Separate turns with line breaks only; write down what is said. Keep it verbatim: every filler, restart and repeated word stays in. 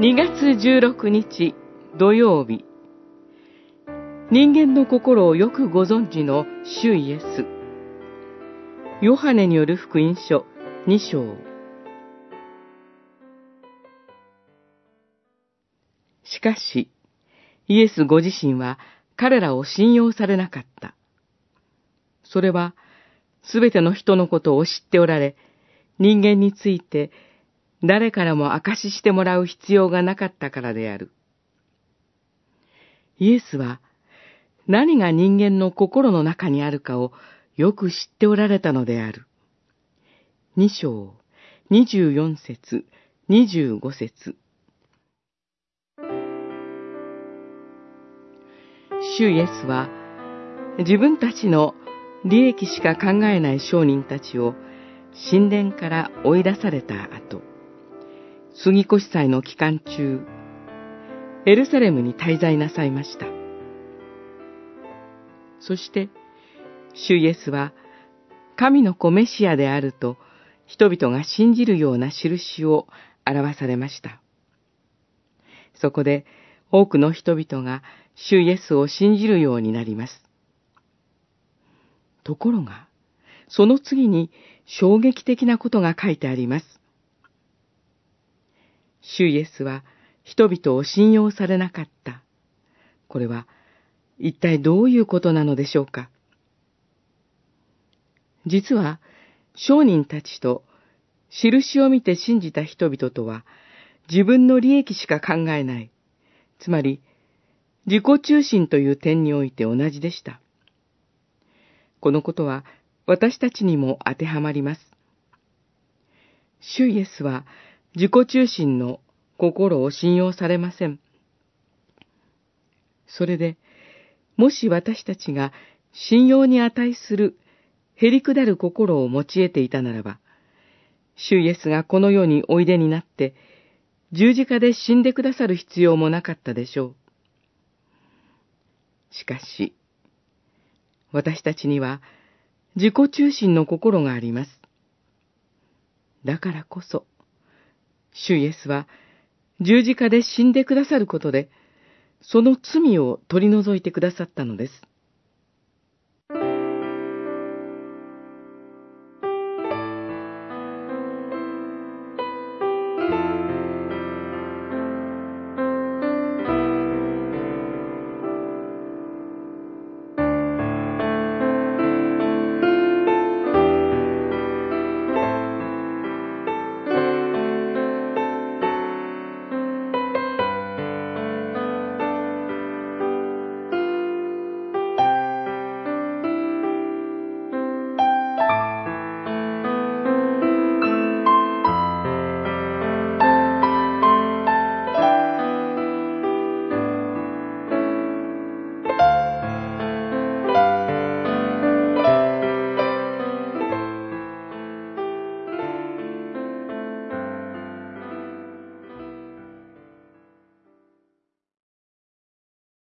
にがつじゅうろくにち土曜日、人間の心をよくご存知の主イエス。ヨハネによる福音書にしょう。しかし、イエスご自身は彼らを信用されなかった。それは、すべての人のことを知っておられ、人間について誰からも証ししてもらう必要がなかったからである。イエスは、何が人間の心の中にあるかをよく知っておられたのである。にしょう、にじゅうよんせつ、にじゅうごせつ。主イエスは、自分たちの利益しか考えない商人たちを神殿から追い出された後、杉越祭の期間中、エルサレムに滞在なさいました。そして、主イエスは、神の子メシアであると、人々が信じるような印を表されました。そこで、多くの人々が主イエスを信じるようになります。ところが、その次に衝撃的なことが書いてあります。主イエスは人々を信用されなかった。これは一体どういうことなのでしょうか。実は商人たちと印を見て信じた人々とは自分の利益しか考えない。つまり自己中心という点において同じでした。このことは私たちにも当てはまります。主イエスは自己中心の心を信用されません。それで、もし私たちが信用に値するへりくだる心を持ち得ていたならば、主イエスがこの世においでになって、十字架で死んでくださる必要もなかったでしょう。しかし、私たちには自己中心の心があります。だからこそ、主イエスは十字架で死んでくださることで、その罪を取り除いてくださったのです。